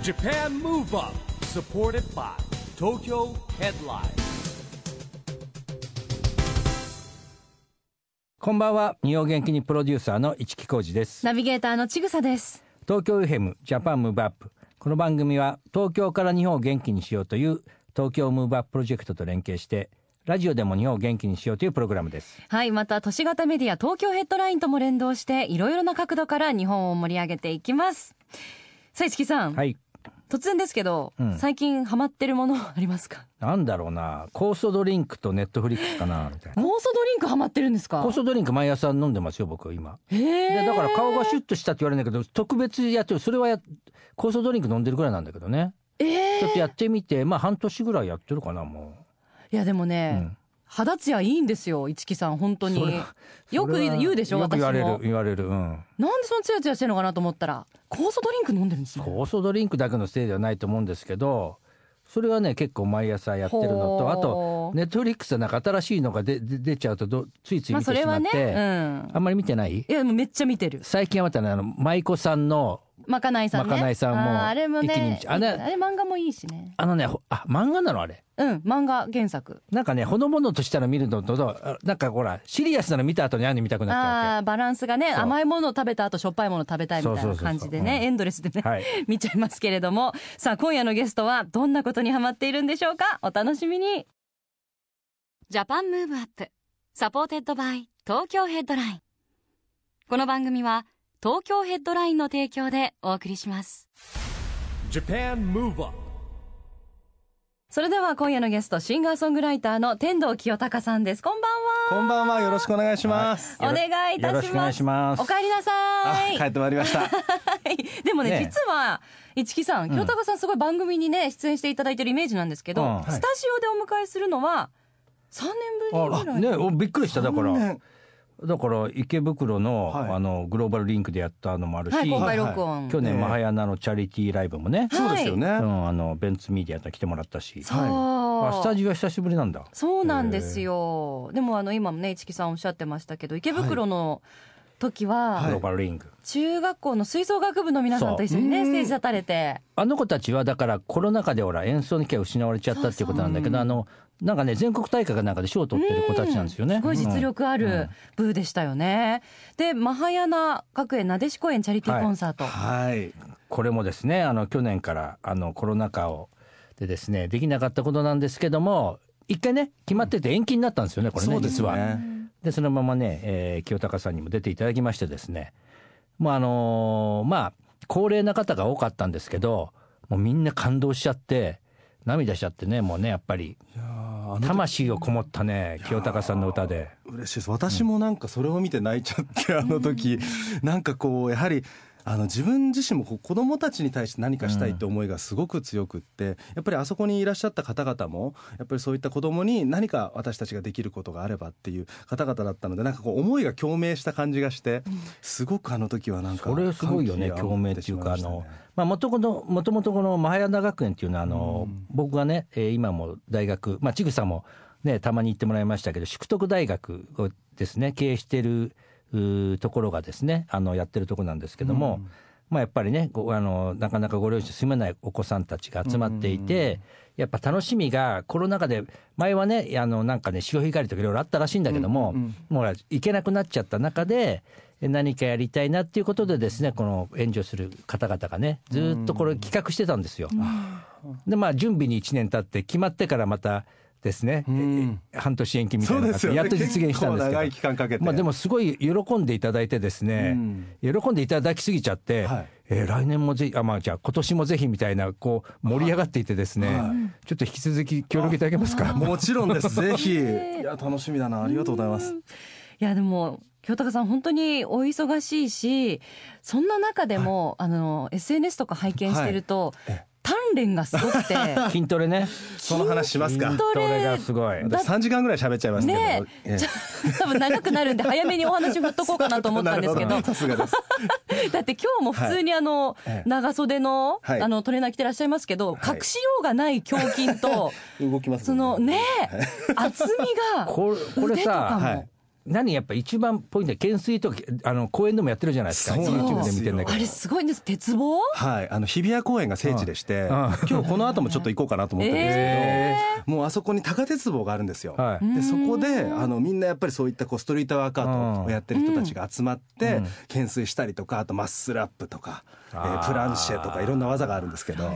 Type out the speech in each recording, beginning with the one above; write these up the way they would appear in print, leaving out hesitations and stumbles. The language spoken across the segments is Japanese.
Japan Move Up supported by Tokyo Headline。 こんばんは。日本元気にプロデューサーの市木浩司です。 ナビゲーターのちぐさです。 東京 FM ジャパンムーブアップ。この番組は東京から日本を元気にしようという東京ムーブアッププロジェクトと連携してラジオでも日本を元気にしようというプログラムです。 はい、また都市型メディア東京ヘッドラインとも連動していろいろな角度から日本を盛り上げていきます。さあ市木さん、 はい、 突然ですけど、最近ハマってるものありますか？ なんだろうな、酵素ドリンクとネットフリックスかなみたいな。 酵素ドリンクハマってるんですか？ 酵素ドリンク毎朝飲んでますよ僕は今。 でだから顔がシュッとしたって言われるんだけど特別やってる。それは酵素ドリンク飲んでるぐらいなんだけどね。ちょっとやってみて、まあ半年ぐらいやってるかなもう。 いやでもね、肌ツヤいいんですよ市木さん本当に。よく言うでしょ。 よく言われる私も言われる、 なんでそのツヤツヤしてるのかなと思ったら酵素ドリンク飲んでるんですよ。 酵素ドリンクだけのせいではないと思うんですけど、それはね結構毎朝やってるのと、あとネットフリックスはなんか新しいのが出ちゃうとついつい見てしまって、 それはね、 あんまり見てない？ いやもうめっちゃ見てる。 最近はまたね舞妓さんのまかないさんね。 まかないさんもあれもね、 あれ漫画もいいしね。 漫画なのあれ。 漫画原作。 なんかねほのぼのとしたの見るのとなんかほらシリアスなの見た後にあんに見たくなっちゃうわけ。 バランスがね、甘いものを食べた後しょっぱいものを食べたいみたいな感じでね、エンドレスでね、見ちゃいますけれども、さあ今夜のゲストはどんなことにハマっているんでしょうか。お楽しみに。ジャパンムーブアップサポーテッドバイ東京ヘッドライン。この番組は東京ヘッドラインの提供でお送りします。 Japan Move Up。 それでは今夜のゲストシンガーソングライターの天童清隆さんです。こんばんは。 こんばんは、よろしくお願いします。 お願いいたします。 よろしくお願いします。 お帰りなさい。 帰ってまいりましたでもね、実は市木さん、清隆さんすごい番組にね出演していただいてるイメージなんですけど、スタジオでお迎えするのは3年ぶりぐらい。 ね、びっくりした。だから池袋の、グローバルリンクでやったのもあるし、 公開録音、 去年マハヤナのチャリティーライブもね、 そうですよね、 ベンツミディアと来てもらったし、 そう、 スタジオは久しぶりなんだ。 そうなんですよ。でも今もね市木さんおっしゃってましたけど、池袋の時は、 グローバルリンク中学校の吹奏楽部の皆さんと一緒にねステージ立たれて、 あの子たちはだからコロナ禍で演奏の機会を失われちゃったっていうことなんだけど、なんかね全国大会かなんかで賞を取ってる子たちなんですよね。 すごい実力ある部でしたよね。でマハヤナ学園なでしこ園チャリティーコンサート、 これもですね去年からコロナ禍でですねできなかったことなんですけども、一回ね決まってて延期になったんですよねこれね。実はでそのままね、清隆さんにも出ていただきましてですね、高齢な方が多かったんですけど、もうみんな感動しちゃって涙しちゃってね、もうねやっぱり魂をこもったね清隆さんの歌で嬉しいです。私もなんかそれを見て泣いちゃってあの時なんかこうやはり自分自身も子どもたちに対して何かしたいって思いがすごく強くって、やっぱりあそこにいらっしゃった方々もやっぱりそういった子どもに何か私たちができることがあればっていう方々だったので、なんかこう思いが共鳴した感じがして、すごくあの時はなんかそれすごいよね、共鳴っていうかもともとこのマハヤナ学園っていうのは僕がね、今も大学、ちぐさもねたまに行ってもらいましたけど、淑徳大学をですね経営しているところがですねやってるところなんですけども、やっぱりねなかなかご両親住めないお子さんたちが集まっていて、やっぱ楽しみがコロナ禍で前はねなんかね潮干狩りとかいろいろあったらしいんだけども、もう行けなくなっちゃった中で何かやりたいなっていうことでですね、この援助する方々がねずっとこれ企画してたんですよ。で準備に1年経って決まってからまたですね、半年延期みたいな感じでやっと実現したんですけど、 長い期間かけて、 でもすごい喜んでいただいてですね、喜んでいただきすぎちゃって、来年もぜひじゃあ今年もぜひみたいなこう盛り上がっていてですね、ちょっと引き続き協力いただけますか？ もちろんです、ぜひ。いや楽しみだな、ありがとうございます。 いやでも清隆さん本当にお忙しいし、そんな中でも、SNS とか拝見してると、鍛錬がすごくて筋トレね、 その話しますか。 筋トレがすごい。 3時間ぐらい喋っちゃいますけどね、多分長くなるんで早めにお話振っとこうかなと思ったんですけどさすがですだって今日も普通に長袖の、トレーナー着てらっしゃいますけど、隠しようがない胸筋と動きますそのね、厚みがこれさ、 何やっぱ一番ポイントは懸垂とか公園でもやってるじゃないですか。 YouTube で見てるんだけど、 あれすごいんです。鉄棒、 はい、日比谷公園が聖地でして、今日この後もちょっと行こうかなと思ってるんですけど、もうあそこに高鉄棒があるんですよ、でそこでみんなやっぱりそういったストリートワークアウトをやってる人たちが集まって、懸垂したりとか、あとマッスルアップとか、プランシェとかいろんな技があるんですけど、はい、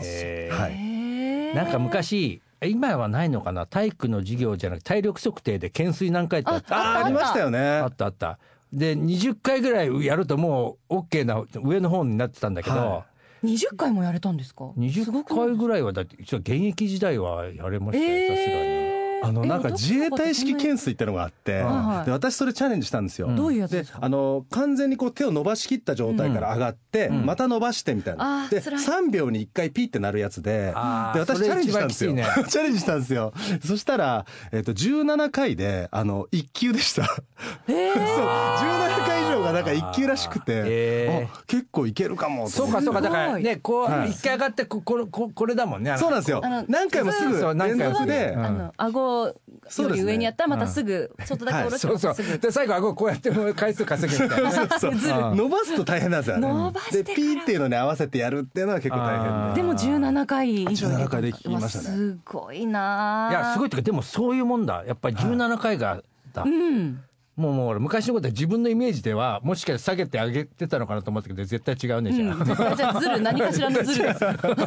なんか昔、今はないのかな、体育の授業じゃなくて体力測定で懸垂何回ってありましたよね。 あったで20回ぐらいやるともう OK な上の方になってたんだけど、 20回もやれたんですか。 20回ぐらいはだって一応現役時代はやれましたよ、さすがに。 なんか自衛隊式懸垂ってのがあって、で私それチャレンジしたんですよ。 どういうやつですか。 完全に手を伸ばしきった状態から上がって、また伸ばしてみたいな、で3秒に1回ピーってなるやつで、私チャレンジしたんですよ。チャレンジしたんですよ。そしたら、17回で1級でした。そう17回以上がなんか1級らしくて、結構いけるかもと。 そうかだからね、こう1回上がってこれだもんね。 そうなんですよ。何回もすぐ連続で顎より上にやったらまたすぐちょっとだけ下ろして、 そうで最後顎こうやって回数稼ぐみたいな。 伸ばすと大変なんですよね。でピーっていうのに合わせてやるっていうのは結構大変で。 でも17回以上 17回できましたね。 すごいな。 いやすごいっていうか、でもそういうもんだ、やっぱり17回がだ、もう昔のことは自分のイメージではもしかして下げてあげてたのかなと思ったけど、絶対違うねじゃあ。 じゃあズル、何かしらのズルです。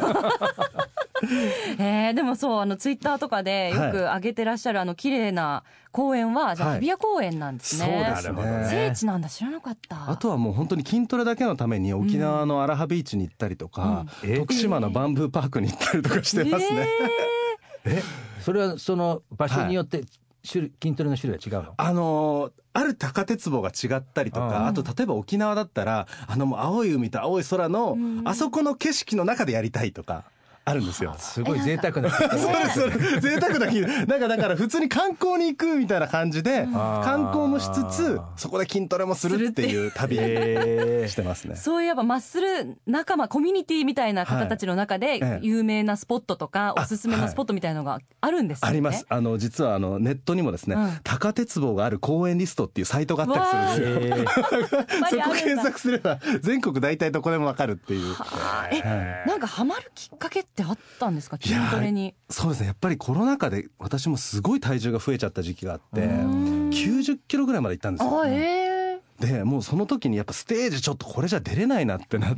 でもそうツイッターとかでよく上げてらっしゃる綺麗な公園はじゃあ日比谷公園なんですね。 そうですね。 聖地なんだ、知らなかった。 あとはもう本当に筋トレだけのために沖縄のアラハビーチに行ったりとか、徳島のバンブーパークに行ったりとかしてますね。 それはその場所によって筋トレの種類は違うの？ ある高鉄棒が違ったりとか、あと例えば沖縄だったらもう青い海と青い空のあそこの景色の中でやりたいとかあるんですよ。 すごい贅沢な。 そうです贅沢なだから普通に観光に行くみたいな感じで、観光もしつつそこで筋トレもするっていう旅してますね。 そういえばマッスル仲間コミュニティみたいな方たちの中で有名なスポットとかおすすめのスポットみたいなのがあるんですよね。 あります。実はネットにもですね、高鉄棒がある公園リストっていうサイトがあったりするんですよ。そこ検索すれば全国大体どこでもわかるっていう。 なんかハマるきっかけってあったんですか、筋トレに。 そうですね、やっぱりコロナ禍で私もすごい体重が増えちゃった時期があって90キロぐらいまでいったんですよ。でもうその時にやっぱステージちょっとこれじゃ出れないなってなって、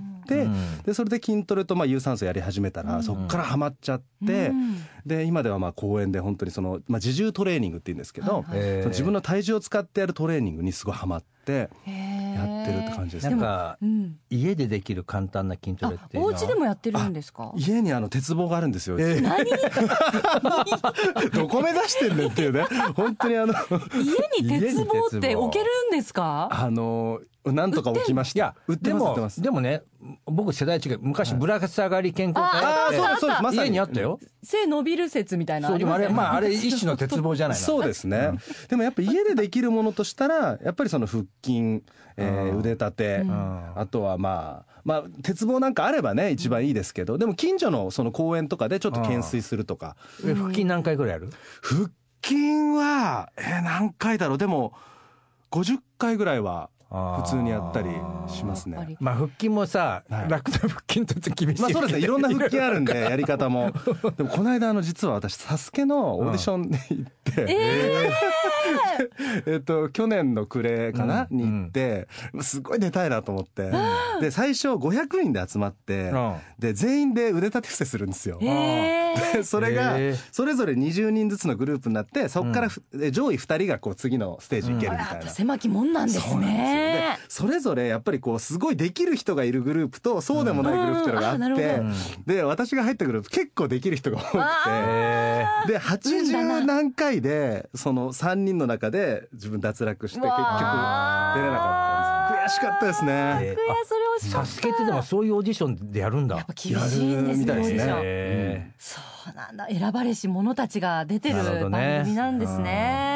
でそれで筋トレと有酸素やり始めたら、そこからハマっちゃって、で今では公園で本当に自重トレーニングっていうんですけど、自分の体重を使ってやるトレーニングにすごいハマってやってるって感じですね。 なんか家でできる簡単な筋トレっていうのはお家でもやってるんですか？ 家に鉄棒があるんですよ。 何どこ目指してんねんっていうね。本当に家に鉄棒って置けるんですか？ なんとか置きました。売ってます。 でもね、僕世代違う。昔ぶら下がり健康体って家にあったよ。 背伸びる説みたいな。 そう、でもあれ一種の鉄棒じゃないの。 そうですね。でもやっぱ家でできるものとしたらやっぱり腹筋、腕立て、あとは鉄棒なんかあればね一番いいですけど、でも近所の公園とかでちょっと懸垂するとか。 腹筋何回ぐらいやる？ 腹筋は何回だろう。でも50回ぐらいは普通にやったりしますね。 腹筋もさ、楽な腹筋と厳しい。 そうですね、いろんな腹筋あるんでやり方も。でもこの間実は私サスケのオーディションに行って、去年の暮れかなに行って、すごい出たいなと思って、で最初500人で集まって、で全員で腕立て伏せするんですよ。でそれがそれぞれ20人ずつのグループになって、そこから上位2人が次のステージ行けるみたいな。 狭きもんなんですね。 でそれぞれやっぱりすごいできる人がいるグループとそうでもないグループっていうのがあって、で私が入ったグループ結構できる人が多くて、で80何回でその3人の中で自分脱落して結局出れなかったんです。悔しかったですね。 サスケってでもそういうオーディションでやるんだ。 やっぱ厳しいんですね。 みたいですね。 そうなんだ。選ばれし者たちが出てる番組なんですね。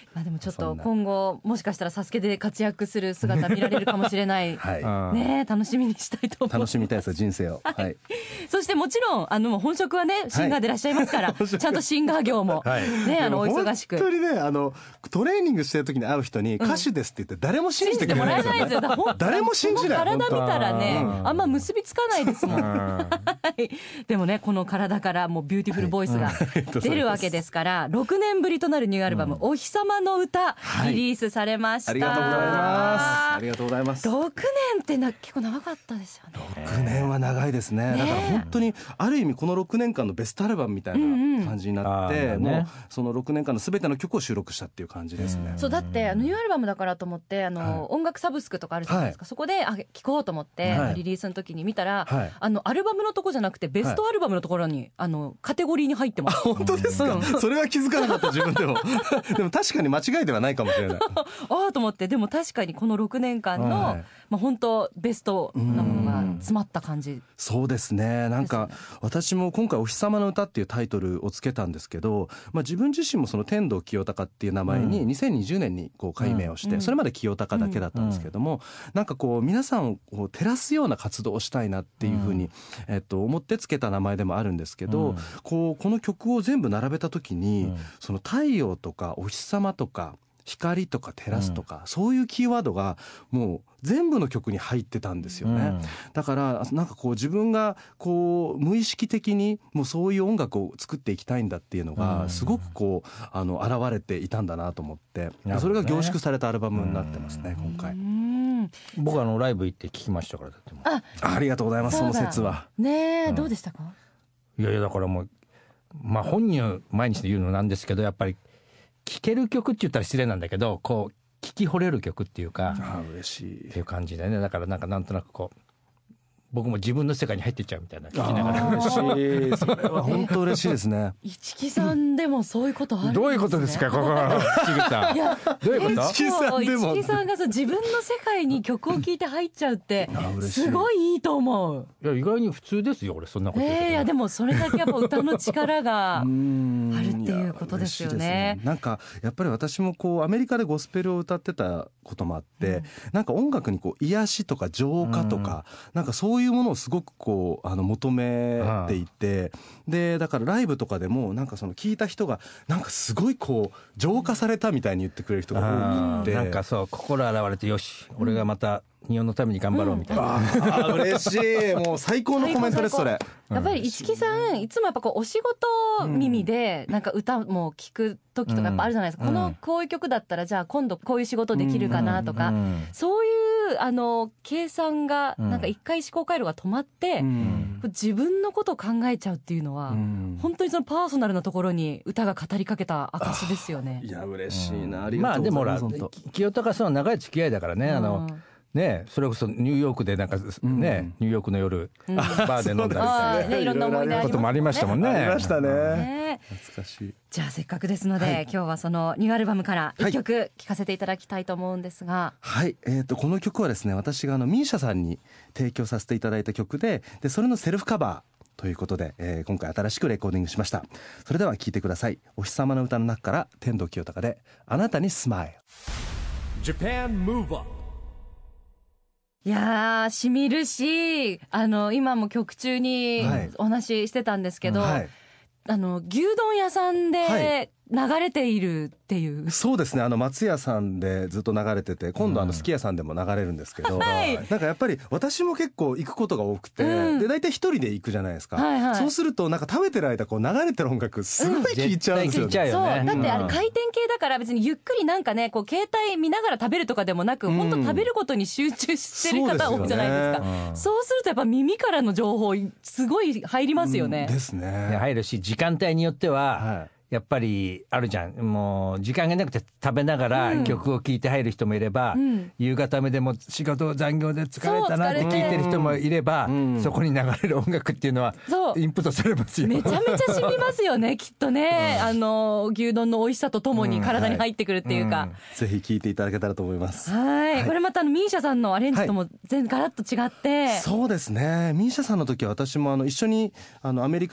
まあでもちょっと今後もしかしたらサスケで活躍する姿見られるかもしれない、はい、ね、楽しみにしたいと思います。 楽しみたいです人生を、はい、 そしてもちろんもう本職はねシンガーでいらっしゃいますから、はい、ちゃんとシンガー業も、はい、ね、お忙しく本当にねトレーニングしてる時に会う人に歌手ですって言って誰も信じてくれないですよ、 信じてもらえないですよ。 誰も信じない。 体見たらね、あんま結びつかないですもんでもねこの体からもうビューティフルボイスが出るわけですから、6年ぶりとなるニューアルバム、お日様の歌、リリースされました、 ありがとうございます。ありがとうございます。 6年って結構長かったですよね。 6年は長いですね。だから本当にある意味この6年間のベストアルバムみたいな感じになって、もうその6年間の全ての曲を収録したっていう感じですね。 そうだってニューアルバムだからと思って音楽サブスクとかあるじゃないですか、そこで聴こうと思って、リリースの時に見たら、アルバムのとこじゃなくてベストアルバムのところにカテゴリーに入ってます。 本当ですか、それは気づかなかった自分でもでも確かに間違いではないかもしれないああと思って、でも確かにこの6年間の、本当ベストなものが詰まった感じ。 そうですね。なんか私も今回お日様の歌っていうタイトルをつけたんですけど、自分自身もその天童清隆っていう名前に2020年にこう改名をして、それまで清隆だけだったんですけども、なんかこう皆さんを照らすような活動をしたいなっていうふうに、思ってつけた名前でもあるんですけど、この曲を全部並べた時に、その太陽とかお日様とか光とか照らすとか、そういうキーワードがもう全部の曲に入ってたんですよね、だからなんかこう自分がこう無意識的にもうそういう音楽を作っていきたいんだっていうのがすごくこう現れていたんだなと思って、それが凝縮されたアルバムになってますね今回。 僕ライブ行って聞きましたから。だってもありがとうございます。その説はね、どうでしたか。 いやだからもう本人毎日で言うのなんですけど、やっぱり聴ける曲って言ったら失礼なんだけど、こう聴き惚れる曲っていうか、 嬉しいっていう感じでね。だからなんとなくこう僕も自分の世界に入っていっちゃうみたいな、聞きながら。 嬉しい。それは本当嬉しいですね。 市木さんでもそういうことあるんですね。 どういうことですかここは市木さん。いやどういうこと。 市木さんが自分の世界に曲を聴いて入っちゃうってすごいいいと思う。 いや意外に普通ですよ俺そんなこと言って。 いやでもそれだけやっぱ歌の力があるっていうことですよね。 なんかやっぱり私もこうアメリカでゴスペルを歌ってたこともあって、なんか音楽にこう癒しとか浄化とか、なんかそういうものをすごくこう求めていて、でだからライブとかでもなんかその聞いた人がなんかすごいこう浄化されたみたいに言ってくれる人が多くて、 なんかそう心洗われてよし、俺がまた日本のために頑張ろうみたいな、 嬉しい。もう最高のコメントですそれ。 やっぱり市木さんいつもやっぱこうお仕事耳でなんか歌も聞く時とかやっぱあるじゃないですか、こういう曲だったらじゃあ今度こういう仕事できるかなとか、そういう計算がなんか一回思考回路が止まって、自分のことを考えちゃうっていうのは、本当にそのパーソナルなところに歌が語りかけた証ですよね。 いや嬉しいな、ありがとうございます。 でもほら清隆さんは長い付き合いだからね、ね、それこそニューヨークでなんかね、ニューヨークの夜バーで飲んだりみたいいろんな思い出こともありましたもんね。 ありましたね。懐かしい。 じゃあせっかくですので、今日はそのニューアルバムから一曲聴かせていただきたいと思うんですが、 この曲はですね、私がミーシャさんに提供させていただいた曲で、それのセルフカバーということで、今回新しくレコーディングしました。それでは聴いてください。お日様の歌の中から天童清隆であなたにスマイル。 Japan Move Up。 いやーしみるし、今も曲中にお話ししてたんですけど、牛丼屋さんで流れているっていう、 そうですね。松屋さんでずっと流れてて、今度すき家さんでも流れるんですけど、なんかやっぱり私も結構行くことが多くて、で大体一人で行くじゃないですか、そうするとなんか食べてる間こう流れてる音楽すごい聴いちゃうんですよね。 そうだって回転系だから別にゆっくりなんかねこう携帯見ながら食べるとかでもなく、本当食べることに集中してる方多いじゃないですか。そうするとやっぱ耳からの情報すごい入りますよね。 ですね。 入るし、時間帯によっては、やっぱりあるじゃん。もう時間がなくて食べながら曲を聴いて入る人もいれば、夕方目でも仕事残業で疲れたなって聴いてる人もいれば、そこに流れる音楽っていうのはインプットされますよ。 めちゃめちゃ染みますよねきっとね。牛丼の美味しさとともに体に入ってくるっていうか、 ぜひ聴いていただけたらと思います。 これまたミーシャさんのアレンジともガラッと違って、 そうですね。ミーシャさんの時は私も一緒にアメリカに行っ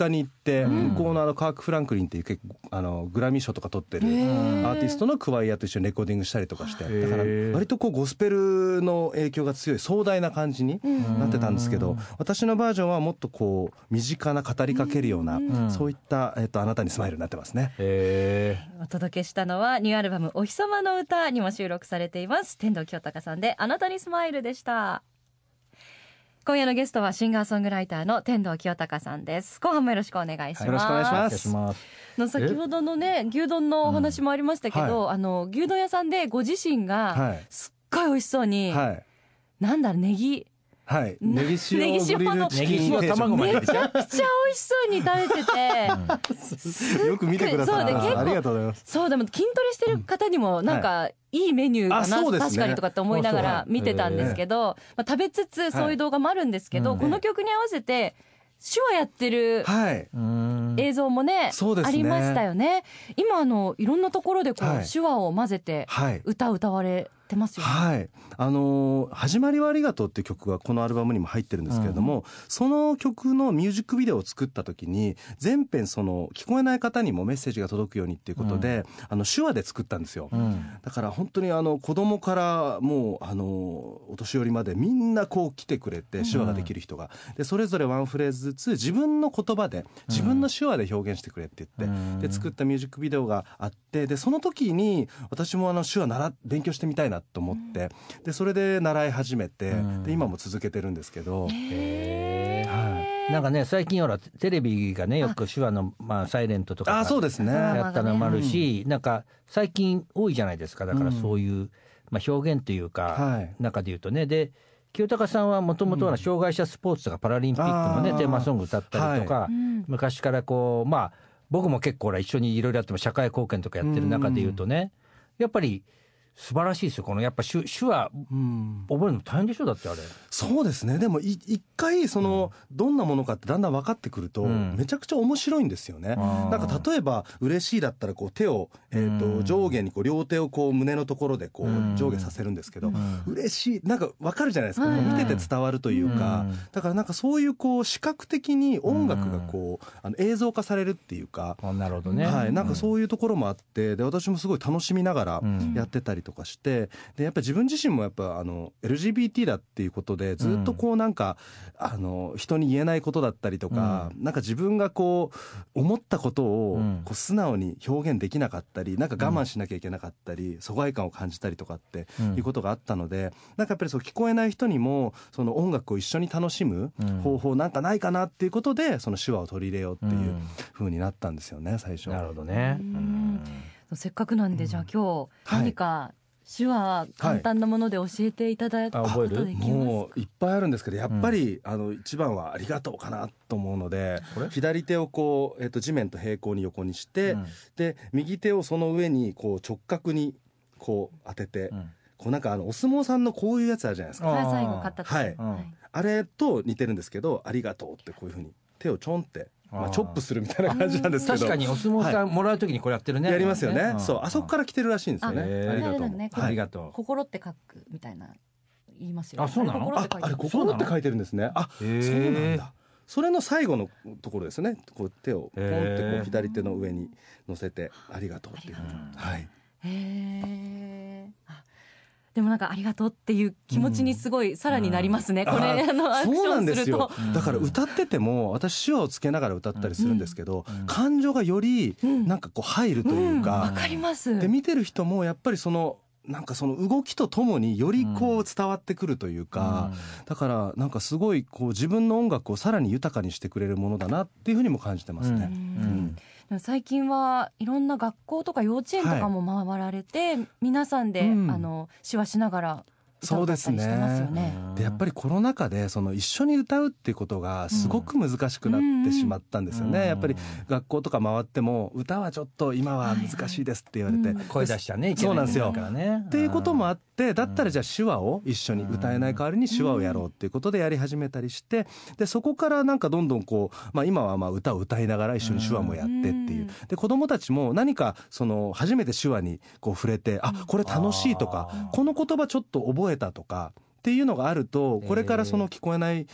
て、向こうのカーク・フランクリンっていう結構グラミー賞とか取ってるアーティストのクワイアと一緒にレコーディングしたりとかして、だから割とこうゴスペルの影響が強い壮大な感じになってたんですけど、私のバージョンはもっとこう身近な語りかけるような、そういった、あなたにスマイルになってますね。 お届けしたのはニューアルバムお日様の歌にも収録されています天童清隆さんであなたにスマイルでした。今夜のゲストはシンガーソングライターの天童清隆さんです。後半もよろしくお願いします。 よろしくお願いします。 先ほどのね牛丼のお話もありましたけど、牛丼屋さんでご自身がすっごい美味しそうに、なんだろうネギネギ塩グリルチキン定食、 卵まででしょ。 めちゃくちゃ美味しそうに食べててよく見てください。ありがとうございます。 そうでも筋トレしてる方にもなんかいいメニューかな、確かにとかって思いながら見てたんですけど、食べつつそういう動画もあるんですけど、この曲に合わせて手話やってる映像もね、ありましたよね。今いろんなところでこう手話を混ぜて歌われてますよね。 始まりはありがとうっていう曲がこのアルバムにも入ってるんですけれども、その曲のミュージックビデオを作った時に全編その聞こえない方にもメッセージが届くようにっていうことで、手話で作ったんですよ。だから本当に子供からもうお年寄りまでみんなこう来てくれて、手話ができる人がでそれぞれワンフレーズずつ自分の言葉で自分の手話で表現してくれって言って、で作ったミュージックビデオがあって、でその時に私も手話勉強してみたいなと思って、でそれで習い始めて、で今も続けてるんですけど、 なんかね最近ほらテレビがねよく手話のサイレントとかそうですねやったのもあるし、なんか最近多いじゃないですか。だからそういう表現というか中で言うとね、で清隆さんはもともとは障害者スポーツとかパラリンピックのねテーマソング歌ったりとか、昔からこう僕も結構一緒にいろいろやっても社会貢献とかやってる中で言うとね、やっぱり素晴らしいですよ。このやっぱ手話覚えるの大変でしょ。だってあれ。 そうですね。でも一回どんなものかってだんだん分かってくると、めちゃくちゃ面白いんですよね。なんか例えば嬉しいだったらこう手を上下にこう両手をこう胸のところでこう上下させるんですけど、嬉しいなんか分かるじゃないですか。見てて伝わるというか、だからなんかそういうこう視覚的に音楽がこう映像化されるっていうか、 なるほどね。 なんかそういうところもあって、で私もすごい楽しみながらやってたりとかして、でやっぱり自分自身もやっぱLGBT だっていうことでずっとこうなんか人に言えないことだったりとか、なんか自分がこう思ったことをこう素直に表現できなかったり、なんか我慢しなきゃいけなかったり、疎外感を感じたりとかっていうことがあったので、なんかやっぱりそう聞こえない人にもその音楽を一緒に楽しむ方法なんかないかなっていうことで、その手話を取り入れようっていう風になったんですよね、最初。 なるほどね。 せっかくなんでじゃあ今日何か手話簡単なもので教えていただくことできますか？ もういっぱいあるんですけど、やっぱり一番はありがとうかなと思うので、左手をこう地面と平行に横にして、で右手をその上にこう直角にこう当てて、こうなんかお相撲さんのこういうやつあるじゃないですか。 最後肩とあれと似てるんですけど、ありがとうってこういうふうに手をちょんってチョップするみたいな感じなんですけど、 確かにお相撲さんもらうときにこれやってるね。 やりますよね。そう、あそこから来てるらしいんですよね。 ありがとう。 ありがとう。 心って書くみたいな言いますよね。 そうなの？ あれ心って書いてるんですね。そうなんだ。それの最後のところですね。こう手をポンってこう左手の上に乗せてありがとうっていう。はい。 でもなんかありがとうっていう気持ちにすごいさらになりますね、これアクションすると。 だから歌ってても私手話をつけながら歌ったりするんですけど、感情がよりなんかこう入るというか、 わかります。 で見てる人もやっぱりなんかその動きとともによりこう伝わってくるというか、だからなんかすごいこう自分の音楽をさらに豊かにしてくれるものだなっていうふうにも感じてますね。 最近はいろんな学校とか幼稚園とかも回られて、皆さんで手話しながら歌ったりしてますよね。 でやっぱりコロナ禍で一緒に歌うっていうことがすごく難しくなってしまったんですよね。やっぱり学校とか回っても歌はちょっと今は難しいですって言われて、 声出しちゃね、 そうなんですよ。っていうこともあって、だったらじゃあ手話を一緒に歌えない代わりに手話をやろうっていうことでやり始めたりして、でそこからなんかどんどんこう、今は歌を歌いながら一緒に手話もやってっていう、で子どもたちも何か初めて手話にこう触れて、これ楽しいとか、この言葉ちょっと覚えたとかっていうのがあると、これから聞こえない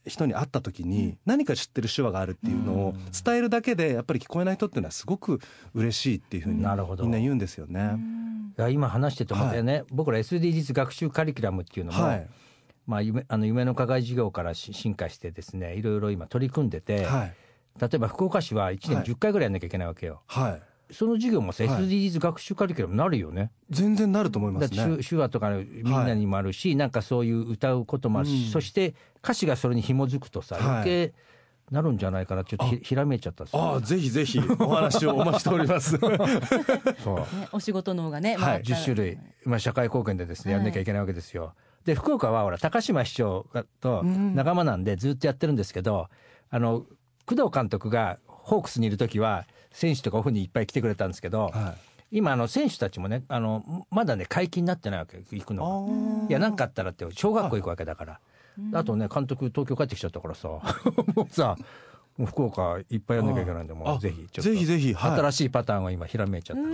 人に会った時に何か知ってる手話があるっていうのを伝えるだけでやっぱり聞こえない人っていうのはすごく嬉しいっていうふうにみんな言うんですよね。 いや今話してて思ってね、僕ら SDGs 学習カリキュラムっていうのも、まあ、夢の課外事業から進化してですね、いろいろ今取り組んでて、例えば福岡市は1年10回ぐらいやんなきゃいけないわけよ。その授業もさ、SDGs 学習カリキュラムになるよね。 全然なると思いますね。 だって手話とかみんなにもあるし、なんかそういう歌うこともあるし、そして歌詞がそれに紐づくとさ、余計なるんじゃないかな、ちょっとひらめいちゃったんです。ぜひぜひお話をお待ちしておりますそう、 ね、お仕事の方がね、 10種類、社会貢献でですねやんなきゃいけないわけですよ。で福岡はほら高島市長と仲間なんでずっとやってるんですけど、工藤監督がホークスにいる時は選手とかオフにいっぱい来てくれたんですけど、今選手たちもねまだね解禁になってないわけ、行くのが。いや何かあったらって小学校行くわけだから、あとね監督東京帰ってきちゃったからさもうさもう福岡いっぱいやんなきゃいけないんで、もうぜひちょっとぜひ、 新しいパターンを今ひらめいちゃった、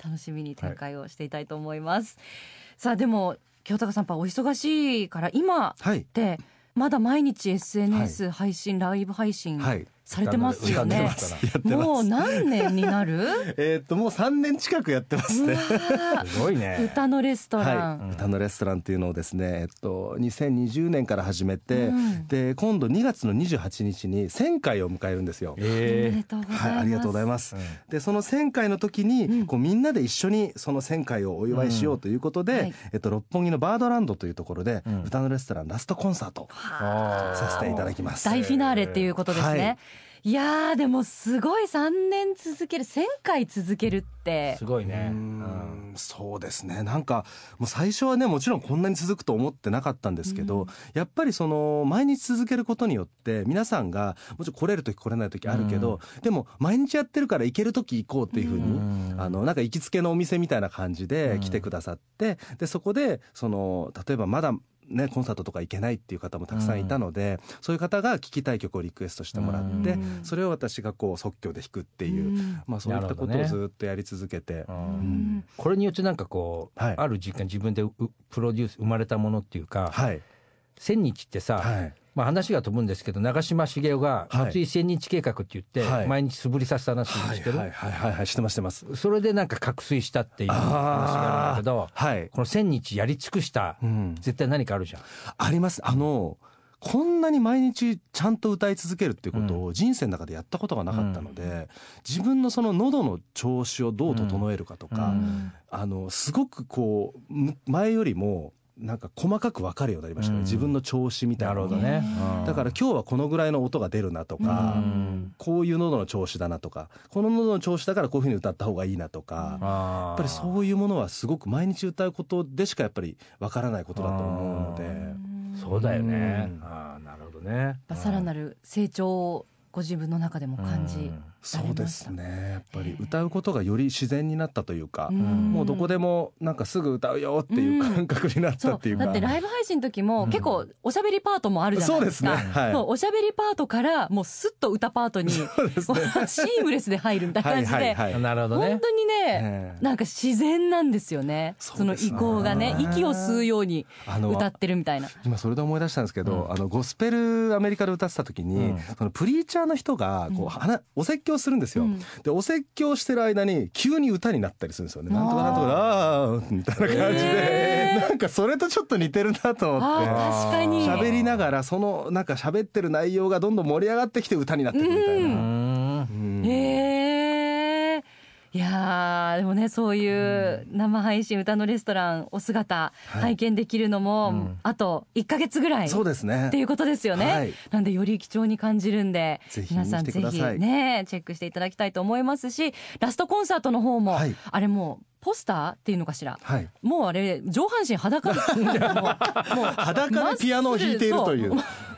楽しみに展開をしていたいと思います、さあでも清高さんやっぱお忙しいから今ってまだ毎日 SNS 配信、ライブ配信されてますよね。もう何年になるもう3年近くやってますね。 すごいね。 歌のレストラン、 歌のレストランっていうのをですね、2020年から始めて、で今度2月の28日に1000回を迎えるんですよ。 おめでとうございます。 ありがとうございます、でその1000回の時にこうみんなで一緒にその1000回をお祝いしようということで、六本木のバードランドというところで、歌のレストランラストコンサートさせていただきます。 大フィナーレっていうことですね。いやでもすごい3年続ける、1000回続けるってすごいね。 そうですね。なんかもう最初はねもちろんこんなに続くと思ってなかったんですけど、やっぱりその毎日続けることによって皆さんがもちろん来れる時来れない時あるけど、でも毎日やってるから行ける時行こうっていうふうになんか行きつけのお店みたいな感じで来てくださって、でそこで例えばまだね、コンサートとか行けないっていう方もたくさんいたので、そういう方が聴きたい曲をリクエストしてもらって、それを私がこう即興で弾くっていう、そういったことをずっとやり続けて、 これによってなんかこう、ある実感自分でプロデュース生まれたものっていうか、千日ってさ、話が飛ぶんですけど長嶋茂雄が松井千日計画って言って毎日素振りさせた話してる。 してます。 それでなんか覚醒したっていう話があるんだけど、この千日やり尽くした、絶対何かあるじゃん。 あります。こんなに毎日ちゃんと歌い続けるっていうことを人生の中でやったことがなかったので、自分のその喉の調子をどう整えるかとか、すごくこう前よりもなんか細かく分かるようになりましたね、自分の調子みたいな。 なるほどね。 だから今日はこのぐらいの音が出るなとか、こういう喉の調子だなとか、この喉の調子だからこういうふうに歌った方がいいなとか、やっぱりそういうものはすごく毎日歌うことでしかやっぱり分からないことだと思うので。 そうだよね。なるほどね。 さらなる成長をご自分の中でも感じ、 そうですね。やっぱり歌うことがより自然になったというか、もうどこでもなんかすぐ歌うよっていう感覚になったっていうか、 だってライブ配信の時も結構おしゃべりパートもあるじゃないですか。 そうですね。 もうおしゃべりパートからもうスッと歌パートにシームレスで入るみたいな感じで、 なるほどね。 本当にね、なんか自然なんですよね。その意向がね、息を吸うように歌ってるみたいな。 今それで思い出したんですけど、ゴスペルアメリカで歌ってた時に、そのプリーチャーの人がこうお説教するんですよ。でお説教してる間に急に歌になったりするんですよね。なんとかなんとかあーみたいな感じで、なんかそれとちょっと似てるなと思って。 確かに喋りながらそのなんか喋ってる内容がどんどん盛り上がってきて歌になってくるみたいな。 いやでもね、そういう生配信歌のレストランお姿拝見できるのもあと1ヶ月ぐらいそうですねっていうことですよね。なんでより貴重に感じるんで、皆さんぜひねチェックしていただきたいと思いますし、ラストコンサートの方もあれもうポスターっていうのかしら、もうあれ上半身裸もう裸でピアノを弾いているという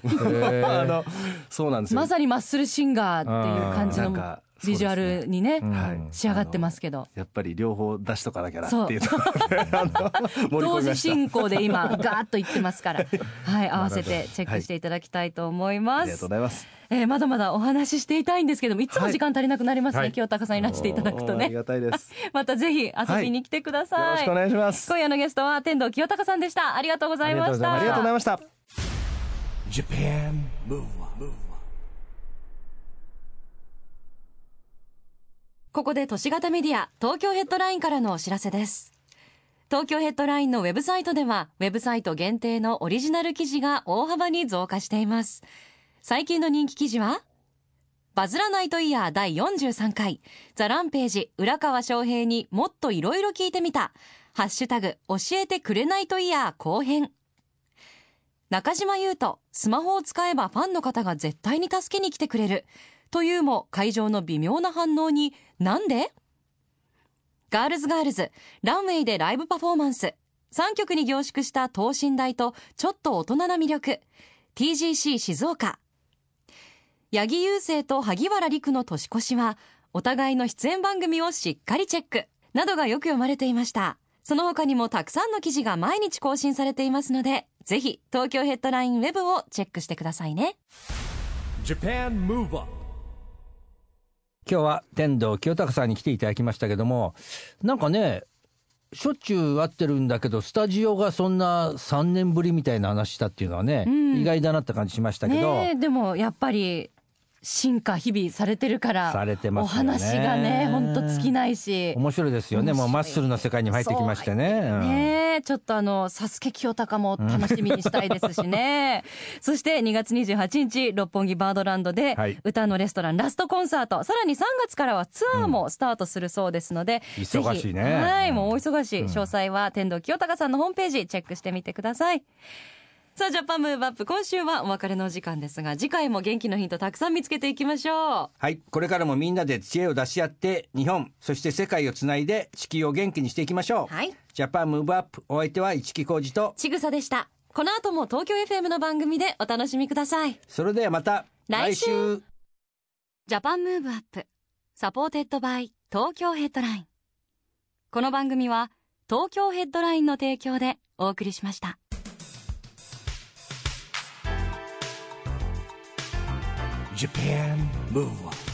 そうなんですよ。 まさにマッスルシンガーっていう感じのビジュアルにね、仕上がってますけど、 やっぱり両方出しとかなきゃなっていうところで同時進行で今ガーッといってますから合わせてチェックしていただきたいと思います。 ありがとうございます。 まだまだお話ししていたいんですけども、いつも時間足りなくなりますね、清高さんいらしていただくとね。 ありがたいです。 またぜひ遊びに来てください。 よろしくお願いします。 今夜のゲストは天童清高さんでした。ありがとうございました。 ありがとうございました。 Japan Move Up。 ここで都市型メディア東京ヘッドラインからのお知らせです。東京ヘッドラインのウェブサイトではウェブサイト限定のオリジナル記事が大幅に増加しています。最近の人気記事はバズらないとイヤー第43回ザランページ浦川翔平にもっといろいろ聞いてみたハッシュタグ教えてくれないとイヤー後編。中島裕翔スマホを使えばファンの方が絶対に助けに来てくれるというも会場の微妙な反応になんで？ガールズランウェイでライブパフォーマンス3曲に凝縮した等身大とちょっと大人な魅力 TGC 静岡。八木勇征と萩原陸の年越しはお互いの出演番組をしっかりチェックなどがよく読まれていました。その他にもたくさんの記事が毎日更新されていますのでぜひ東京ヘッドラインウェブをチェックしてくださいね。 Japan Move Up。 今日は天童清隆さんに来ていただきましたけども、なんかねしょっちゅう会ってるんだけどスタジオがそんな3年ぶりみたいな話したっていうのはね、意外だなって感じしましたけど、 でもやっぱり進化日々されてるからされてますよね。 お話がね本当尽きないし面白いですよね。もうマッスルの世界に入ってきましてね、 ちょっとサスケ清隆も楽しみにしたいですしねそして2月28日六本木バードランドで、歌のレストランラストコンサート、さらに3月からはツアーもスタートするそうですので、 忙しいね。 もうお忙しい、詳細は天童清隆さんのホームページチェックしてみてください。さあジャパンムーブアップ、今週はお別れのお時間ですが次回も元気のヒントたくさん見つけていきましょう。 はい、これからもみんなで知恵を出し合って日本そして世界をつないで地球を元気にしていきましょう。ジャパンムーブアップ、お相手は市木浩二とちぐさでした。この後も東京 FM の番組でお楽しみください。 それではまた来週。 ジャパンムーブアップサポーテッドバイ東京ヘッドライン。この番組は東京ヘッドラインの提供でお送りしました。 Japan Move Up。